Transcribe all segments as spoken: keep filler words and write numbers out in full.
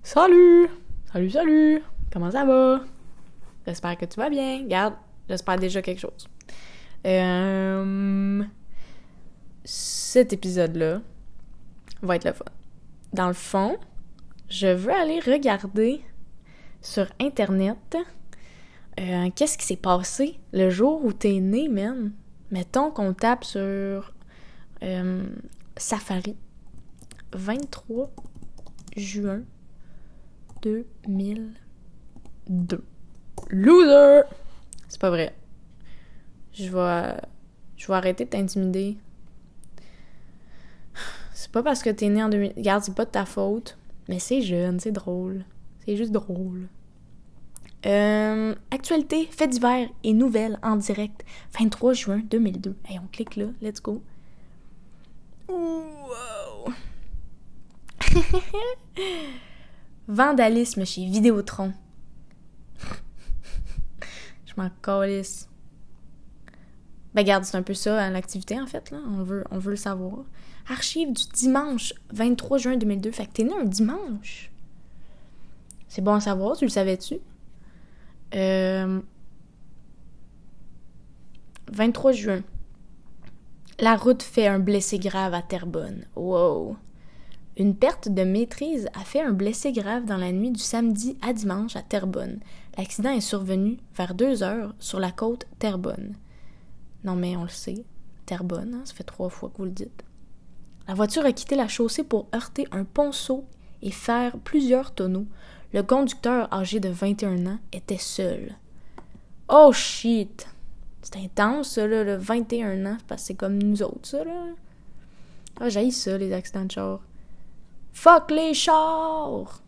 Salut! Salut, salut! Comment ça va? J'espère que tu vas bien. Regarde, j'espère déjà quelque chose. Euh... Cet épisode-là va être le fun. Dans le fond, je veux aller regarder sur Internet euh, qu'est-ce qui s'est passé le jour où t'es né, man. Mettons qu'on tape sur euh, Safari. vingt-trois juin deux mille deux. Loser! C'est pas vrai. Je vais... Je vais arrêter de t'intimider. C'est pas parce que t'es né en deux mille... Regarde, c'est pas de ta faute. Mais c'est jeune, c'est drôle. C'est juste drôle. Euh, actualité, faits divers et nouvelles en direct. vingt-trois juin deux mille deux. Hey, on clique là. Let's go. Wow! Vandalisme chez Vidéotron. Je m'en calisse. Ben regarde, c'est un peu ça, hein, l'activité en fait, là. On veut, on veut le savoir. Archive du dimanche vingt-trois juin deux mille deux. Fait que t'es né un dimanche. C'est bon à savoir, tu le savais-tu? Euh... vingt-trois juin. La route fait un blessé grave à Terrebonne. Wow! Une perte de maîtrise a fait un blessé grave dans la nuit du samedi à dimanche à Terrebonne. L'accident est survenu vers deux heures sur la côte Terrebonne. Non mais on le sait, Terrebonne, hein, ça fait trois fois que vous le dites. La voiture a quitté la chaussée pour heurter un ponceau et faire plusieurs tonneaux. Le conducteur, âgé de vingt et un ans, était seul. Oh shit! C'est intense ça, là, le vingt et un ans, parce que c'est comme nous autres, ça, là. Ah, j'haïs ça, les accidents de char. Fuck les chars!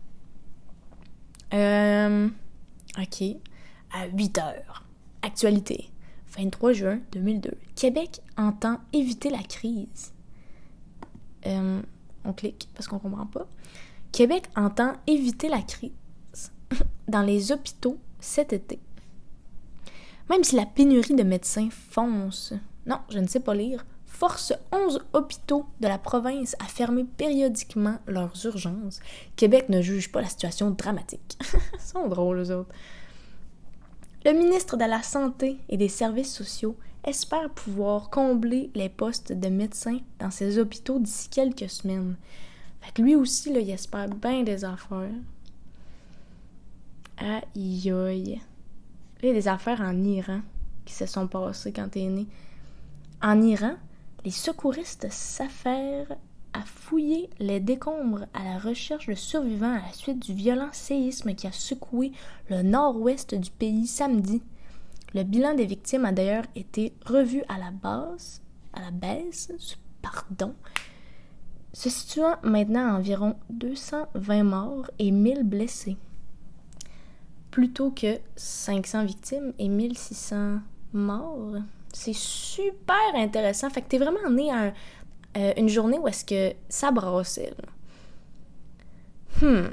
Euh... Ok. À huit heures. Actualité. vingt-trois juin deux mille deux. Québec entend éviter la crise. Euh, on clique parce qu'on comprend pas. Québec entend éviter la crise dans les hôpitaux cet été. Même si la pénurie de médecins fonce... Non, je ne sais pas lire. Force onze hôpitaux de la province à fermer périodiquement leurs urgences. Québec ne juge pas la situation dramatique. Ils sont drôles, eux autres. Le ministre de la Santé et des Services sociaux espère pouvoir combler les postes de médecins dans ces hôpitaux d'ici quelques semaines. Fait que lui aussi, là, il espère bien des affaires. Aïe aïe. Là, il y a des affaires en Iran qui se sont passées quand t'es né. En Iran, les secouristes s'affairent à fouiller les décombres à la recherche de survivants à la suite du violent séisme qui a secoué le nord-ouest du pays samedi. Le bilan des victimes a d'ailleurs été revu à la base, à la baisse, pardon, se situant maintenant à environ deux cent vingt morts et mille blessés, plutôt que cinq cents victimes et mille six cents morts. C'est super intéressant. Fait que t'es vraiment né à un, euh, une journée où est-ce que ça brassait. Là. Hmm.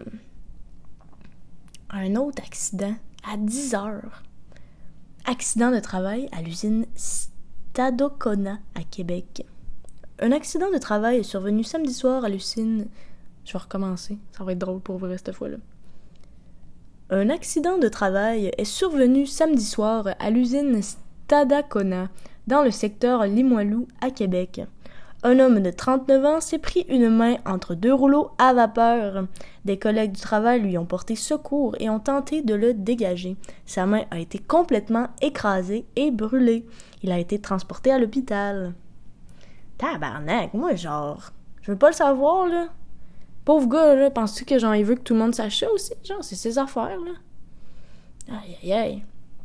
Un autre accident à dix heures. Accident de travail à l'usine Stadacona à Québec. Un accident de travail est survenu samedi soir à l'usine... Je vais recommencer. Ça va être drôle pour vrai cette fois-là. Un accident de travail est survenu samedi soir à l'usine Stadacona, dans le secteur Limoilou, à Québec. Un homme de trente-neuf ans s'est pris une main entre deux rouleaux à vapeur. Des collègues du travail lui ont porté secours et ont tenté de le dégager. Sa main a été complètement écrasée et brûlée. Il a été transporté à l'hôpital. Tabarnak, moi genre, je veux pas le savoir, là. Pauvre gars, là, penses-tu que genre, il veut que tout le monde sache ça aussi? Genre, c'est ses affaires, là. Aïe, aïe, aïe.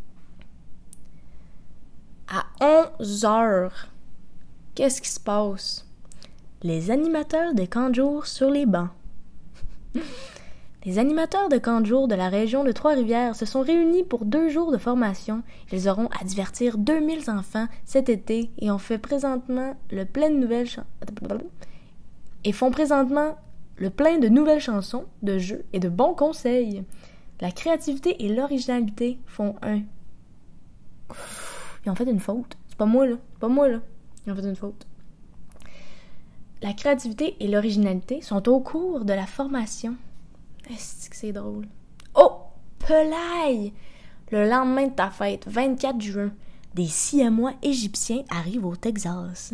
À onze heures, qu'est-ce qui se passe? Les animateurs de camp de jour sur les bancs. Les animateurs de camp de jour de la région de Trois-Rivières se sont réunis pour deux jours de formation. Ils auront à divertir deux mille enfants cet été et ont fait présentement le plein de nouvelles chansons. Et font présentement le plein de nouvelles chansons, de jeux et de bons conseils. La créativité et l'originalité font un. Ils ont fait une faute. C'est pas moi, là. C'est pas moi, là. Ils ont fait une faute. La créativité et l'originalité sont au cours de la formation. Est-ce que c'est drôle? Oh! Pelaille! Le lendemain de ta fête, vingt-quatre juin, des Siamois égyptiens arrivent au Texas.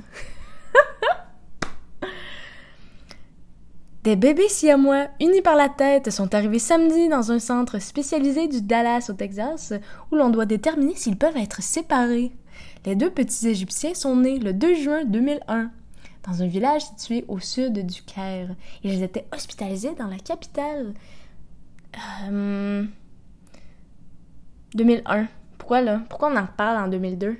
Des bébés siamois unis par la tête sont arrivés samedi dans un centre spécialisé du Dallas au Texas où l'on doit déterminer s'ils peuvent être séparés. Les deux petits Égyptiens sont nés le deux juin deux mille un dans un village situé au sud du Caire. Ils étaient hospitalisés dans la capitale. Euh... deux mille un. Pourquoi là? Pourquoi on en reparle en deux mille deux?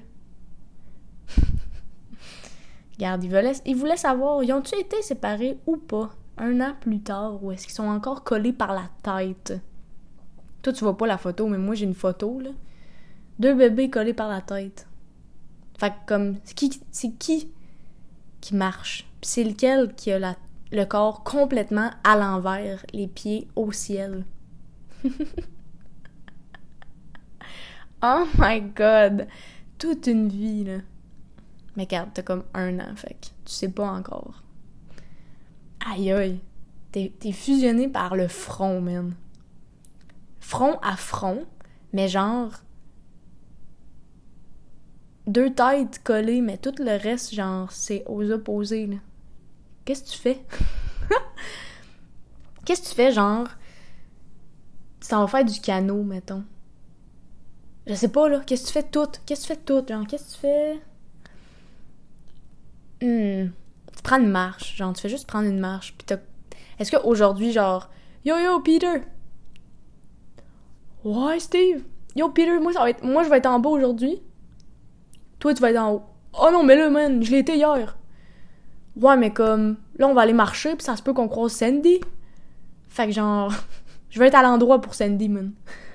Regarde, ils voulaient, ils voulaient savoir, ils ont-ils été séparés ou pas? Un an plus tard, ou est-ce qu'ils sont encore collés par la tête? Toi, tu vois pas la photo, mais moi, j'ai une photo, là. Deux bébés collés par la tête. Fait que, comme, c'est qui, c'est qui qui marche? Puis c'est lequel qui a la, le corps complètement à l'envers, les pieds au ciel? Oh my God! Toute une vie, là. Mais regarde, t'as comme un an, fait que tu sais pas encore. Aïe aïe, t'es, t'es fusionné par le front, man. Front à front, mais genre... Deux têtes collées, mais tout le reste, genre, c'est aux opposés, là. Qu'est-ce que tu fais? Qu'est-ce que tu fais, genre... Tu t'en vas faire du canot, mettons. Je sais pas, là. Qu'est-ce que tu fais tout? Qu'est-ce que tu fais tout? Genre, qu'est-ce que tu fais? Hmm... Tu prends une marche, genre, tu fais juste prendre une marche, pis t'as... Est-ce qu'aujourd'hui, genre, yo yo, Peter! Ouais, Steve! Yo, Peter, moi, ça va être... moi je vais être en bas aujourd'hui. Toi, tu vas être en haut. Oh non, mais là, man, je l'ai été hier. Ouais, mais comme, là, on va aller marcher, pis ça se peut qu'on croise Sandy. Fait que genre, je vais être à l'endroit pour Sandy, man.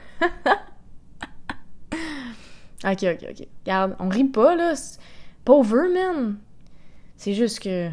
Ok, ok, ok. Regarde, on rit pas, là. C'est... Pauvre, man! C'est juste que...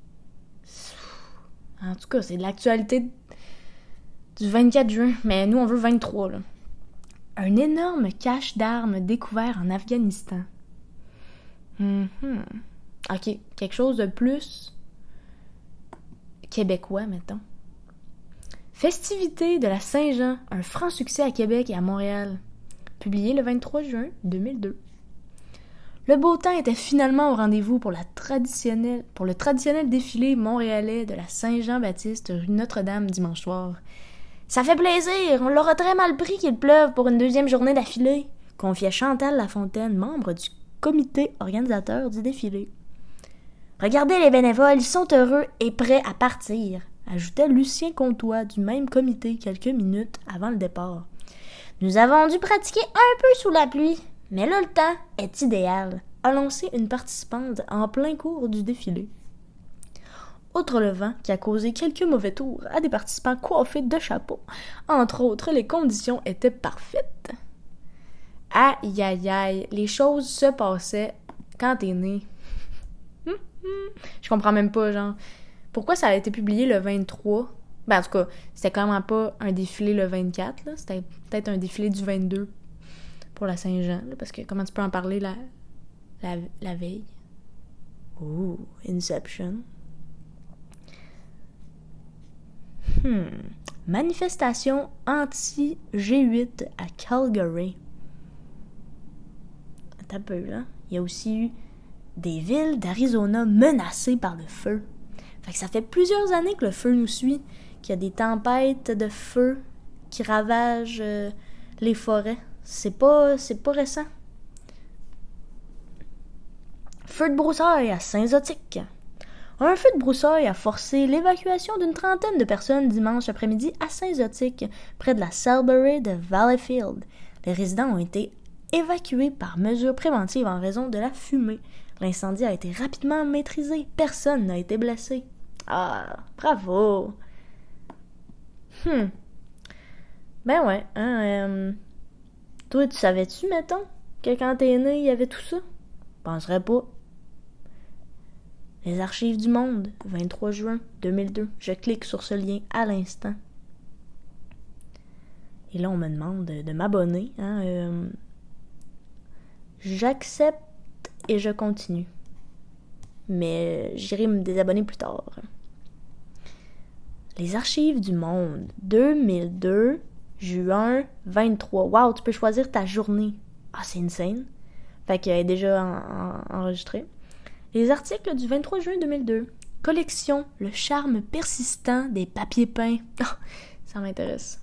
En tout cas, c'est de l'actualité du vingt-quatre juin. Mais nous, on veut vingt-trois, là. Un énorme cache d'armes découvert en Afghanistan. Mm-hmm. Ok, quelque chose de plus québécois, mettons. Festivité de la Saint-Jean, un franc succès à Québec et à Montréal. Publié le vingt-trois juin deux mille deux. Le beau temps était finalement au rendez-vous pour, la traditionnelle, pour le traditionnel défilé montréalais de la Saint-Jean-Baptiste rue Notre-Dame dimanche soir. Ça fait plaisir, on l'aura très mal pris qu'il pleuve pour une deuxième journée d'affilée, confiait Chantal Lafontaine, membre du comité organisateur du défilé. Regardez les bénévoles, ils sont heureux et prêts à partir, ajoutait Lucien Comtois du même comité quelques minutes avant le départ. Nous avons dû pratiquer un peu sous la pluie. Mais là, le temps est idéal, a lancé une participante en plein cours du défilé. Outre le vent qui a causé quelques mauvais tours à des participants coiffés de chapeaux, entre autres, les conditions étaient parfaites. Aïe aïe aïe, les choses se passaient quand t'es né. Je comprends même pas, genre, pourquoi ça a été publié le vingt-trois? Ben, en tout cas, c'était clairement pas un défilé le vingt-quatre, là, c'était peut-être un défilé du vingt-deux. Pour la Saint-Jean, là, parce que comment tu peux en parler la, la, la veille? Ouh, Inception. Hmm. Manifestation anti-G huit à Calgary. Attends un peu, là. Il y a aussi eu des villes d'Arizona menacées par le feu. Fait que ça fait plusieurs années que le feu nous suit, qu'il y a des tempêtes de feu qui ravagent euh, les forêts. C'est pas, c'est pas récent. Feu de broussailles à Saint-Zotique. Un feu de broussailles a forcé l'évacuation d'une trentaine de personnes dimanche après-midi à Saint-Zotique, près de la Salisbury de Valleyfield. Les résidents ont été évacués par mesure préventive en raison de la fumée. L'incendie a été rapidement maîtrisé. Personne n'a été blessé. Ah, bravo! Hmm. Ben ouais, hein, euh... Toi, tu savais-tu, mettons, que quand t'es né, il y avait tout ça? Penserais pas. Les archives du monde, vingt-trois juin deux mille deux. Je clique sur ce lien à l'instant. Et là, on me demande de, de m'abonner. Hein, euh, j'accepte et je continue. Mais j'irai me désabonner plus tard. Les archives du monde, deux mille deux, juin vingt-trois. Wow, tu peux choisir ta journée. Ah, c'est insane. Fait qu'elle est déjà en, en, enregistrée. Les articles du vingt-trois juin deux mille deux. Collection, le charme persistant des papiers peints. Oh, ça m'intéresse.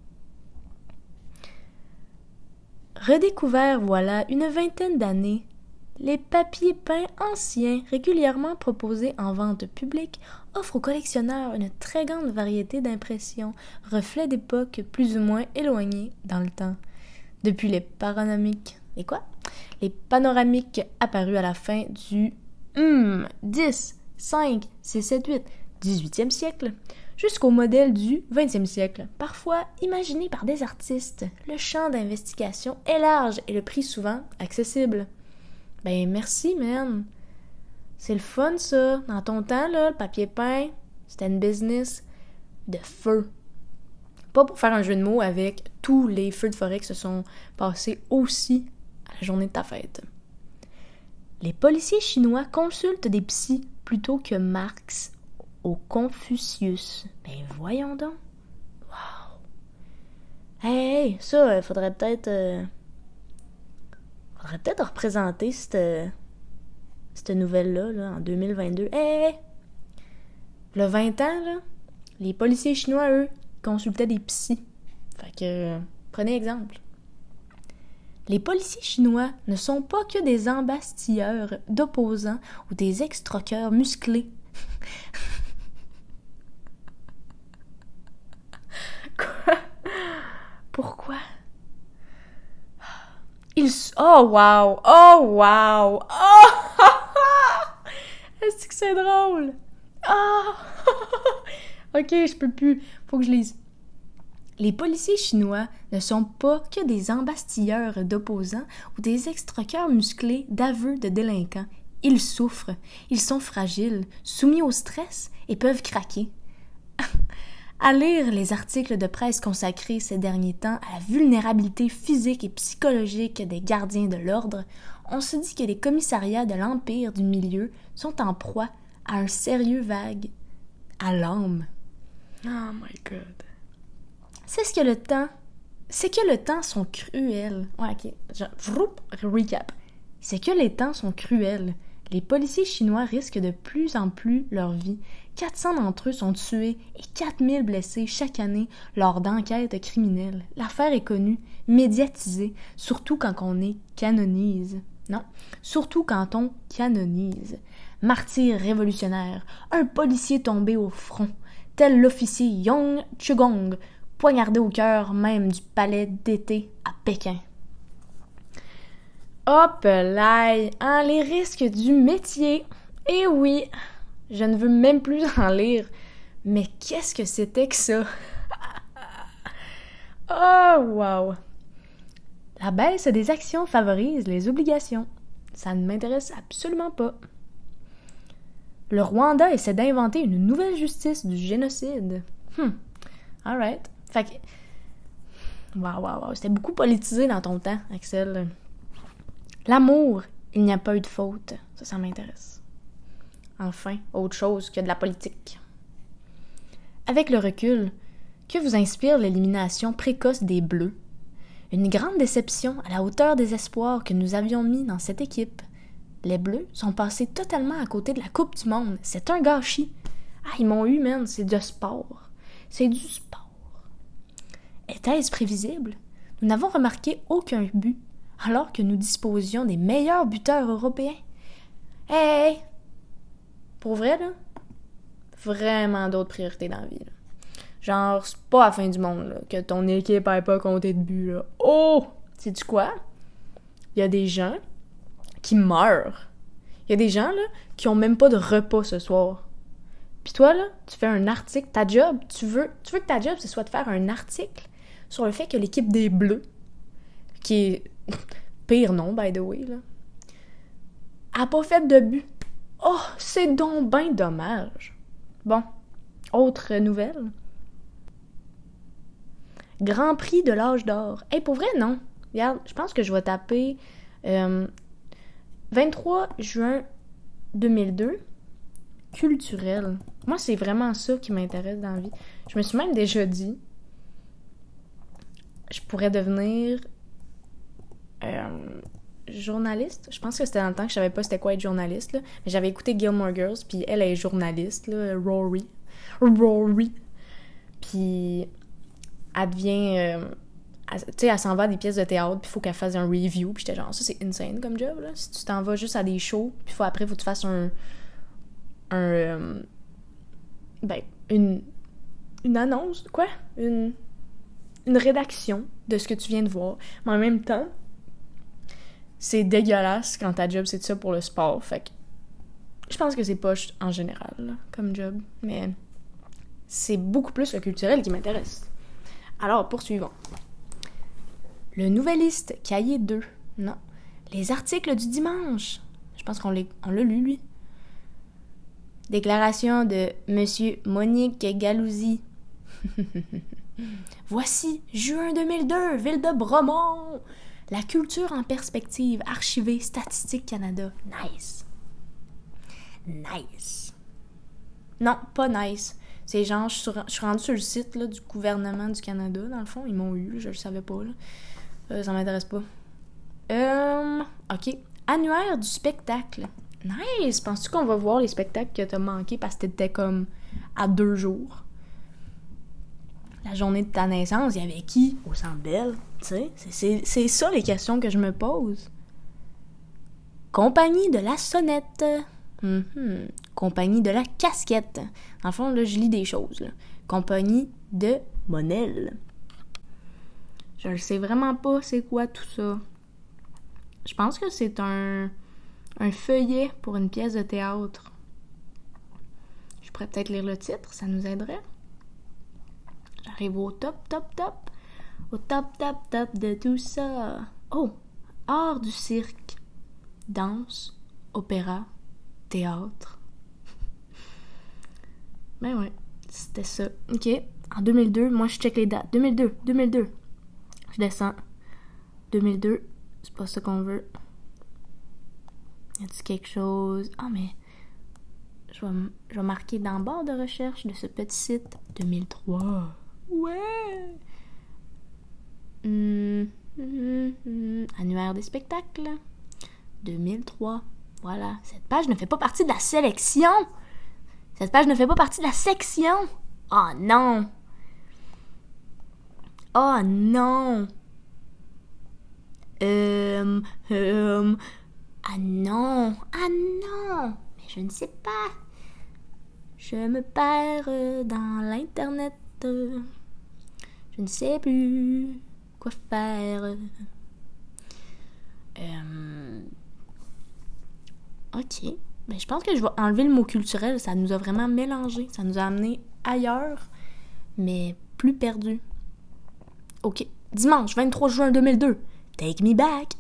Redécouvert voilà une vingtaine d'années, les papiers peints anciens régulièrement proposés en vente publique offrent aux collectionneurs une très grande variété d'impressions, reflets d'époques plus ou moins éloignées dans le temps. Depuis les panoramiques, les quoi? Les panoramiques apparus à la fin du hum, dix, cinq, six, sept, huit, dix-huitième siècle, jusqu'au modèle du vingtième siècle, parfois imaginé par des artistes, le champ d'investigation est large et le prix souvent accessible. Ben merci, man! C'est le fun, ça! Dans ton temps, là, le papier peint, c'était une business de feu. Pas pour faire un jeu de mots avec tous les feux de forêt qui se sont passés aussi à la journée de ta fête. Les policiers chinois consultent des psys plutôt que Marx au Confucius. Ben voyons donc! Wow! Hey, hey ça, il faudrait peut-être... Euh... faudrait peut-être représenter cette, cette nouvelle-là, là, en deux mille vingt-deux. Hey, hey! Le vingt ans, là, les policiers chinois, eux, consultaient des psys. Fait que, euh, prenez exemple. Les policiers chinois ne sont pas que des embastilleurs d'opposants ou des extroqueurs musclés. Quoi? Pourquoi? Ils... Oh, wow! Oh, wow! Oh! Est-ce que c'est drôle? Oh! Ok, je peux plus. Faut que je lise. Les policiers chinois ne sont pas que des embastilleurs d'opposants ou des extroqueurs musclés d'aveux de délinquants. Ils souffrent, ils sont fragiles, soumis au stress et peuvent craquer. À lire les articles de presse consacrés ces derniers temps à la vulnérabilité physique et psychologique des gardiens de l'ordre, on se dit que les commissariats de l'empire du milieu sont en proie à un sérieux vague à l'âme. Oh my God. C'est ce que le temps... C'est que le temps sont cruels. Ouais, ok. Je... Recap. C'est que les temps sont cruels. Les policiers chinois risquent de plus en plus leur vie. quatre cents d'entre eux sont tués et quatre mille blessés chaque année lors d'enquêtes criminelles. L'affaire est connue, médiatisée, surtout quand on est canonise. Non, surtout quand on canonise. Martyr révolutionnaire, un policier tombé au front, tel l'officier Yong Chugong, poignardé au cœur même du palais d'été à Pékin. Hop là, hein, les risques du métier. Eh oui, je ne veux même plus en lire. Mais qu'est-ce que c'était que ça? Oh, wow! La baisse des actions favorise les obligations. Ça ne m'intéresse absolument pas. Le Rwanda essaie d'inventer une nouvelle justice du génocide. Hmm, alright. Fait que... Wow, wow, wow. C'était beaucoup politisé dans ton temps, Axel. L'amour, il n'y a pas eu de faute. Ça, ça m'intéresse. Enfin, autre chose que de la politique. Avec le recul, que vous inspire l'élimination précoce des Bleus? Une grande déception à la hauteur des espoirs que nous avions mis dans cette équipe. Les Bleus sont passés totalement à côté de la Coupe du Monde. C'est un gâchis. Ah, ils m'ont eu, man. C'est du sport. C'est du sport. Était-ce prévisible? Nous n'avons remarqué aucun but, alors que nous disposions des meilleurs buteurs européens. Hey! Pour vrai, là? Vraiment d'autres priorités dans la vie, là. Genre, c'est pas la fin du monde, là, que ton équipe n'ait pas compté de but, là. Oh! Sais-tu quoi? Il y a des gens qui meurent. Il y a des gens, là, qui ont même pas de repas ce soir. Puis toi, là, tu fais un article, ta job, tu veux, tu veux que ta job, ce soit de faire un article sur le fait que l'équipe des Bleus, qui est pire nom, by the way, là, a pas fait de but. Oh, c'est donc ben dommage. Bon, autre nouvelle. Grand Prix de l'âge d'or. Hey, pour vrai, non. Regarde, je pense que je vais taper euh, vingt-trois juin deux mille deux, culturel. Moi, c'est vraiment ça qui m'intéresse dans la vie. Je me suis même déjà dit, je pourrais devenir euh, journaliste. Je pense que c'était dans le temps que je savais pas c'était quoi être journaliste, là. Mais j'avais écouté Gilmore Girls, puis elle est journaliste, là, Rory. Rory. Puis elle devient... Euh, tu sais, elle s'en va à des pièces de théâtre, puis il faut qu'elle fasse un review. Puis j'étais genre, ça, c'est insane comme job, là. Si tu t'en vas juste à des shows, puis faut, après, il faut que tu fasses un... un euh, ben, une... une annonce, quoi? Une... une rédaction de ce que tu viens de voir. Mais en même temps, c'est dégueulasse quand ta job, c'est de ça pour le sport. Fait que je pense que c'est poche en général, là, comme job. Mais c'est beaucoup plus le culturel qui m'intéresse. Alors, poursuivons. Le Nouvelliste, cahier deux. Non. Les articles du dimanche. Je pense qu'on l'a, on l'a lu, lui. Déclaration de Monsieur Monique Galouzzi. Voici, juin deux mille deux, ville de Bromont. La culture en perspective, archivée, Statistique Canada. Nice. Nice. Non, pas nice. C'est genre, je suis, sur, je suis rendue sur le site là, du gouvernement du Canada, dans le fond. Ils m'ont eu, je le savais pas, là. Euh, ça m'intéresse pas. Euh, ok. Annuaire du spectacle. Nice! Penses-tu qu'on va voir les spectacles que t'as manqués parce que t'étais comme à deux jours? La journée de ta naissance, il y avait qui au Centre Bell? Tu sais, c'est, c'est, c'est ça les questions que je me pose. Compagnie de la sonnette. Mm-hmm. Compagnie de la casquette. Dans le fond, là, je lis des choses. Là. Compagnie de Monel. Je ne sais vraiment pas c'est quoi tout ça. Je pense que c'est un, un feuillet pour une pièce de théâtre. Je pourrais peut-être lire le titre, ça nous aiderait. J'arrive au top, top, top. Au top, top, top de tout ça. Oh! Art du cirque. Danse, opéra, théâtre. Ben ouais, c'était ça. OK. En deux mille deux, moi je check les dates. deux mille deux, deux mille deux. Je descends. deux mille deux, c'est pas ça qu'on veut. Y a-t-il quelque chose? Ah, mais je vais, je vais marquer dans le barre de recherche de ce petit site deux mille trois. Ouais! Mmh, mmh, mmh. Annuaire des spectacles. deux mille trois. Voilà. Cette page ne fait pas partie de la sélection. Cette page ne fait pas partie de la section. Oh non! Oh non! Euh, euh, ah non! Ah non! Mais je ne sais pas. Je me perds dans l'internet. Je ne sais plus quoi faire. Euh... Ok. Ben, je pense que je vais enlever le mot culturel. Ça nous a vraiment mélangé. Ça nous a amené ailleurs, mais plus perdu. Ok. Dimanche, vingt-trois juin deux mille deux. Take me back.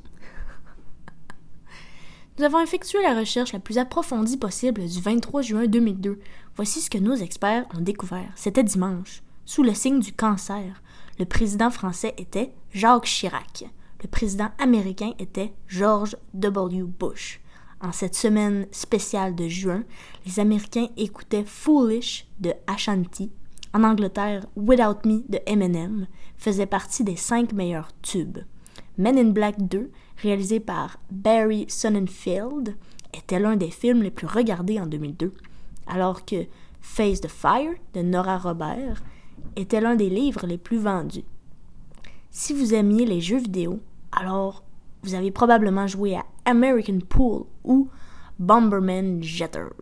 Nous avons effectué la recherche la plus approfondie possible du vingt-trois juin deux mille deux. Voici ce que nos experts ont découvert. C'était dimanche. Sous le signe du cancer, le président français était Jacques Chirac. Le président américain était George W. Bush. En cette semaine spéciale de juin, les Américains écoutaient Foolish de Ashanti. En Angleterre, Without Me de Eminem faisait partie des cinq meilleurs tubes. Men in Black deux, réalisé par Barry Sonnenfeld, était l'un des films les plus regardés en deux mille deux, alors que Face the Fire de Nora Robert était l'un des livres les plus vendus. Si vous aimiez les jeux vidéo, alors vous avez probablement joué à American Pool ou Bomberman Jetters.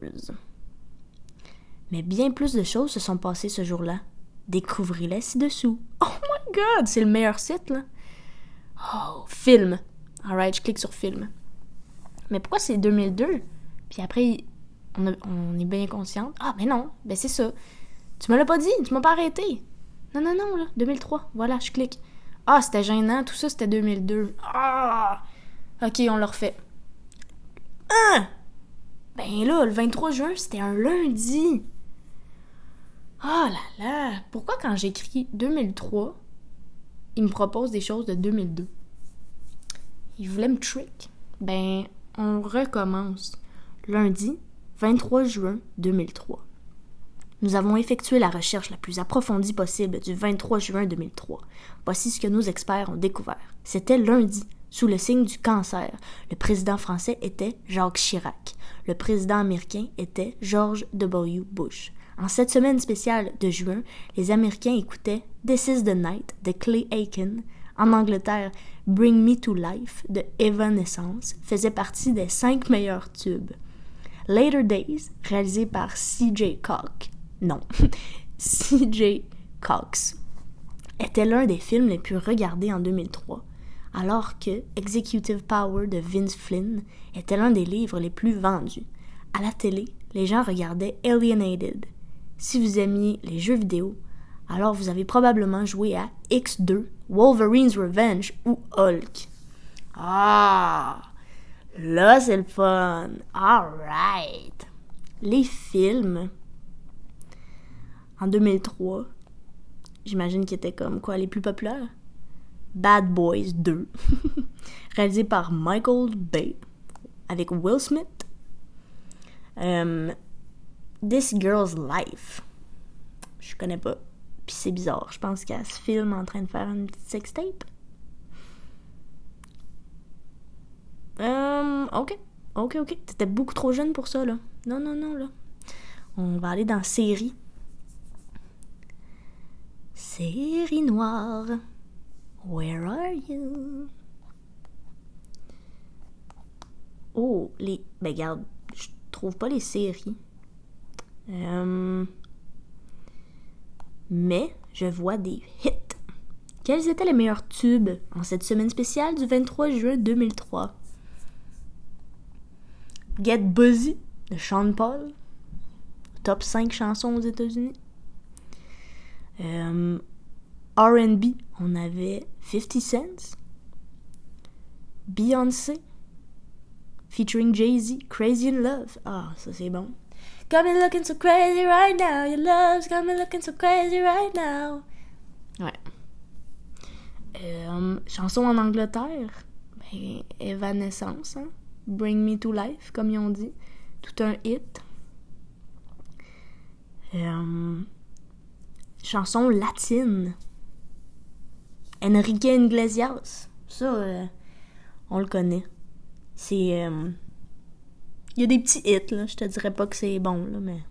Mais bien plus de choses se sont passées ce jour-là. Découvrez-les ci-dessous. Oh my god, c'est le meilleur site, là. Oh, film. Alright, je clique sur film. Mais pourquoi c'est deux mille deux? Puis après, on, a, on est bien consciente. Ah, mais non, ben c'est ça. Tu me l'as pas dit, tu m'as pas arrêté. Non, non, non, là, deux mille trois. Voilà, je clique. Ah, c'était gênant, tout ça, c'était deux mille deux. Ah! Ok, on le refait. Ah! Ben là, le vingt-trois juin, c'était un lundi. Ah là là! Pourquoi quand j'écris deux mille trois, il me propose des choses de deux mille deux? Il voulait me trick. Ben, on recommence. Lundi, vingt-trois juin deux mille trois. Nous avons effectué la recherche la plus approfondie possible du vingt-trois juin deux mille trois. Voici ce que nos experts ont découvert. C'était lundi, sous le signe du cancer. Le président français était Jacques Chirac. Le président américain était George W. Bush. En cette semaine spéciale de juin, les Américains écoutaient This is the Night de Clay Aiken. En Angleterre, Bring Me to Life de Evanescence faisait partie des cinq meilleurs tubes. Later Days, réalisé par C J Cox, non, C J Cox, était l'un des films les plus regardés en deux mille trois, alors que Executive Power de Vince Flynn était l'un des livres les plus vendus. À la télé, les gens regardaient Alienated. Si vous aimiez les jeux vidéo, alors vous avez probablement joué à X deux, Wolverine's Revenge ou Hulk. Ah! Là, c'est le fun! Alright! Les films... En deux mille trois, j'imagine qu'ils étaient comme quoi les plus populaires? Bad Boys deux, réalisé par Michael Bay, avec Will Smith. Um, This Girl's Life, je connais pas. Puis c'est bizarre, je pense qu'elle se filme en train de faire une petite sextape. Um, ok, ok, ok. T'étais beaucoup trop jeune pour ça, là. Non, non, non, là. On va aller dans série. Série noire. Where are you? Oh, les... Ben, regarde, je trouve pas les séries. Euh... Mais je vois des hits. Quels étaient les meilleurs tubes en cette semaine spéciale du vingt-trois juin deux mille trois? Get Busy de Sean Paul. Top cinq chansons aux États-Unis. Euh, R and B, on avait fifty Cent. Beyoncé. Featuring Jay-Z, Crazy in Love. Ah, ça c'est bon. Got me looking so crazy right now. Your love's got me looking so crazy right now. Ouais. Euh, chanson en Angleterre. Ben, Evanescence, hein? Bring Me to Life, comme ils ont dit. Tout un hit. Euh, chanson latine. Enrique Iglesias. Ça, euh, on le connaît. C'est... Euh, il y a des petits hits, là. Je te dirais pas que c'est bon, là, mais...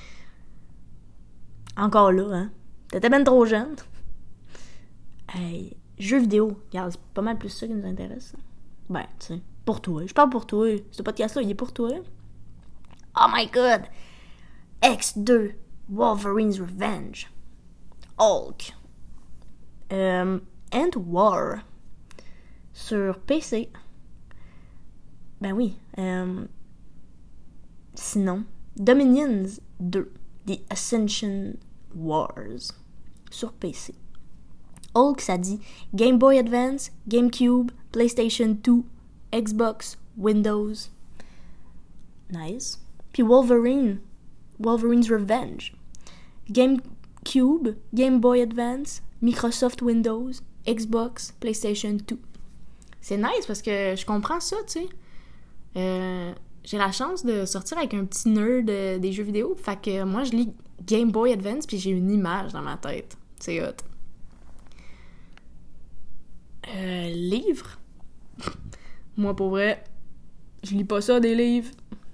Encore là, hein. T'étais ben trop jeune. Hey, jeux vidéo. Regarde, c'est pas mal plus ça qui nous intéresse. Ben, tu sais, pour toi. Je parle pour toi. Ce podcast-là, il est pour toi. Oh my god! X deux, Wolverine's Revenge. Hulk. Euh, and War. Sur P C. Ben oui. Euh, sinon, Dominions deux, The Ascension Wars. Sur P C. Hulk, ça dit Game Boy Advance, GameCube, PlayStation deux, Xbox, Windows. Nice. Puis Wolverine, Wolverine's Revenge. GameCube, Game Boy Advance, Microsoft Windows, Xbox, PlayStation deux. C'est nice parce que je comprends ça, tu sais. Euh, j'ai la chance de sortir avec un petit nerd de, des jeux vidéo. Fait que moi, je lis Game Boy Advance puis j'ai une image dans ma tête. C'est hot. Euh, livres? Moi, pour vrai, je lis pas ça, des livres.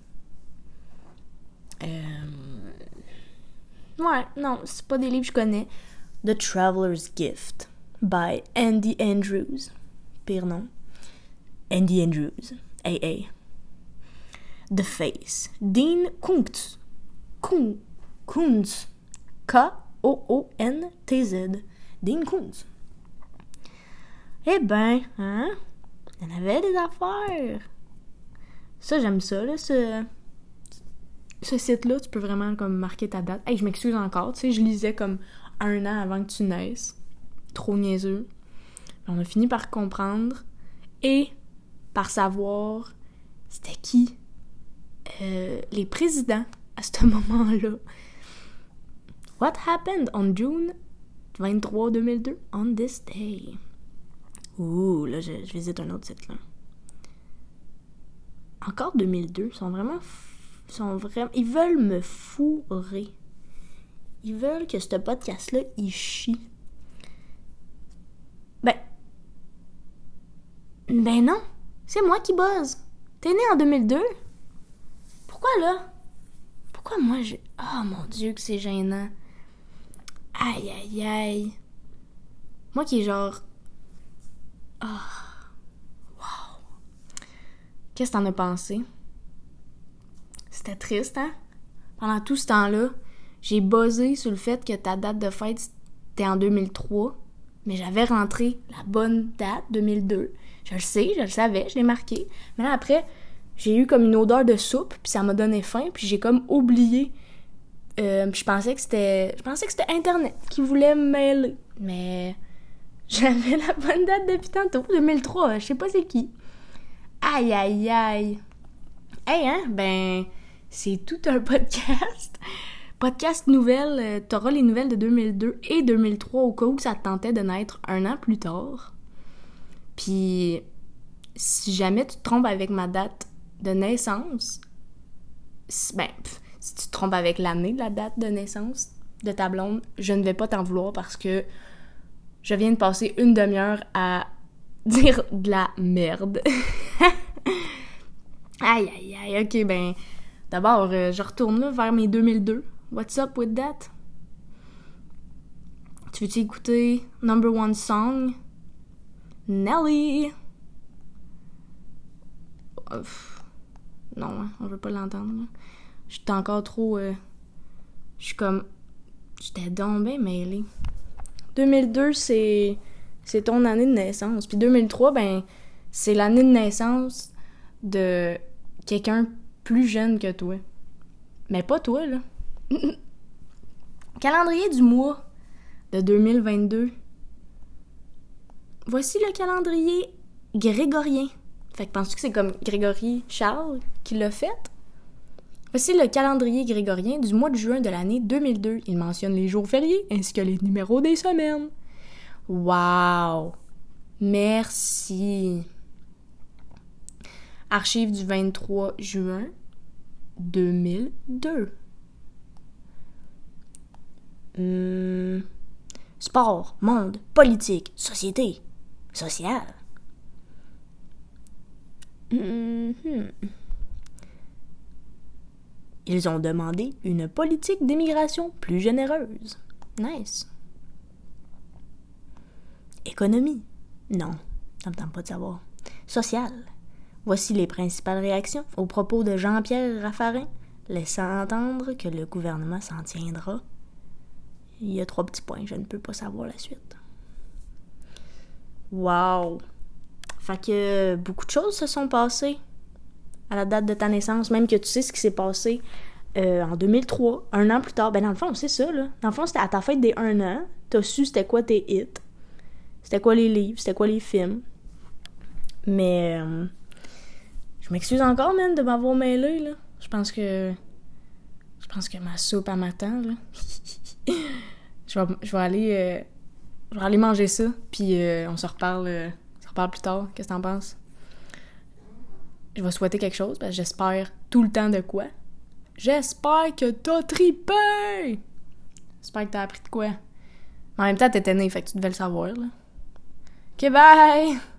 Euh... Ouais, non, c'est pas des livres que je connais. The Traveler's Gift by Andy Andrews. Pire nom. Andy Andrews. A A. The Face. Dean Koontz. Koontz. Koontz. K O O N T Z. Dean Koontz. Eh ben, hein? Il y en avait des affaires. Ça, j'aime ça, là, ce... Ce site-là, tu peux vraiment, comme, marquer ta date. Hey, je m'excuse encore, tu sais, je lisais, comme, un an avant que tu naisses. Trop niaiseux. On a fini par comprendre et par savoir c'était qui euh, les présidents à ce moment-là. What happened on June vingt-trois, deux mille deux on this day? Ouh, là, je, je visite un autre site, là. Encore deux mille deux, ils sont vraiment f- Ils sont vraiment... Ils veulent me fourrer. Ils veulent que ce podcast-là, il chie. Ben... Ben non. C'est moi qui buzz. T'es né en deux mille deux? Pourquoi là? Pourquoi moi je... Oh mon Dieu que c'est gênant. Aïe aïe aïe. Moi qui est genre... Oh. Wow. Qu'est-ce que t'en as pensé? C'était triste, hein? Pendant tout ce temps-là, j'ai buzzé sur le fait que ta date de fête, c'était en deux mille trois. Mais j'avais rentré la bonne date, deux mille deux. Je le sais, je le savais, je l'ai marqué. Mais là, après, j'ai eu comme une odeur de soupe, puis ça m'a donné faim, puis j'ai comme oublié. Euh, puis je pensais que c'était... Je pensais que c'était Internet qui voulait me mêler. Mais... J'avais la bonne date depuis tantôt, deux mille trois, je sais pas c'est qui. Aïe, aïe, aïe. Hey, hein, ben, c'est tout un podcast. Podcast nouvelle, euh, t'auras les nouvelles de deux mille deux et deux mille trois au cas où ça te tentait de naître un an plus tard. Puis, si jamais tu te trompes avec ma date de naissance, ben, pff, si tu te trompes avec l'année de la date de naissance de ta blonde, je ne vais pas t'en vouloir parce que je viens de passer une demi-heure à dire de la merde. Aïe, aïe, aïe, ok, ben... D'abord, euh, je retourne là vers mes deux mille deux. What's up with that? Tu veux-tu écouter Number One Song? Nelly! Euh, non, hein, on veut pas l'entendre, là. J'étais encore trop... Euh, je suis comme... J'étais donc bien mêlée. deux mille deux, c'est... C'est ton année de naissance. Puis deux mille trois, ben... C'est l'année de naissance de quelqu'un plus jeune que toi. Mais pas toi, là. Calendrier du mois de deux mille vingt-deux. Voici le calendrier grégorien. Fait que penses-tu que c'est comme Grégory Charles qui l'a fait? Voici le calendrier grégorien du mois de juin de l'année deux mille deux. Il mentionne les jours fériés ainsi que les numéros des semaines. Wow! Merci! Archive du vingt-trois juin deux mille deux. Hum, sport, monde, politique, société, social. Hum, hum. Ils ont demandé une politique d'immigration plus généreuse. Nice. Économie. Non, ça me tente pas de savoir. Social. Voici les principales réactions aux propos de Jean-Pierre Raffarin, laissant entendre que le gouvernement s'en tiendra. Il y a trois petits points, je ne peux pas savoir la suite. Wow! Fait que beaucoup de choses se sont passées à la date de ta naissance, même que tu sais ce qui s'est passé euh, en deux mille trois, un an plus tard. Ben dans le fond, c'est ça, là. Dans le fond, c'était à ta fête des un an, t'as su c'était quoi tes hits, c'était quoi les livres, c'était quoi les films. Mais... Euh, Je m'excuse encore, man, de m'avoir mêlé, là. Je pense que... Je pense que ma soupe, elle m'attend, là. je, vais, je vais aller... Euh... Je vais aller manger ça, puis euh, on se reparle... Euh... On se reparle plus tard. Qu'est-ce que t'en penses? Je vais souhaiter quelque chose, parce que j'espère tout le temps de quoi. J'espère que t'as trippé! J'espère que t'as appris de quoi. Mais en même temps, t'étais né, fait que tu devais le savoir, là. OK, bye!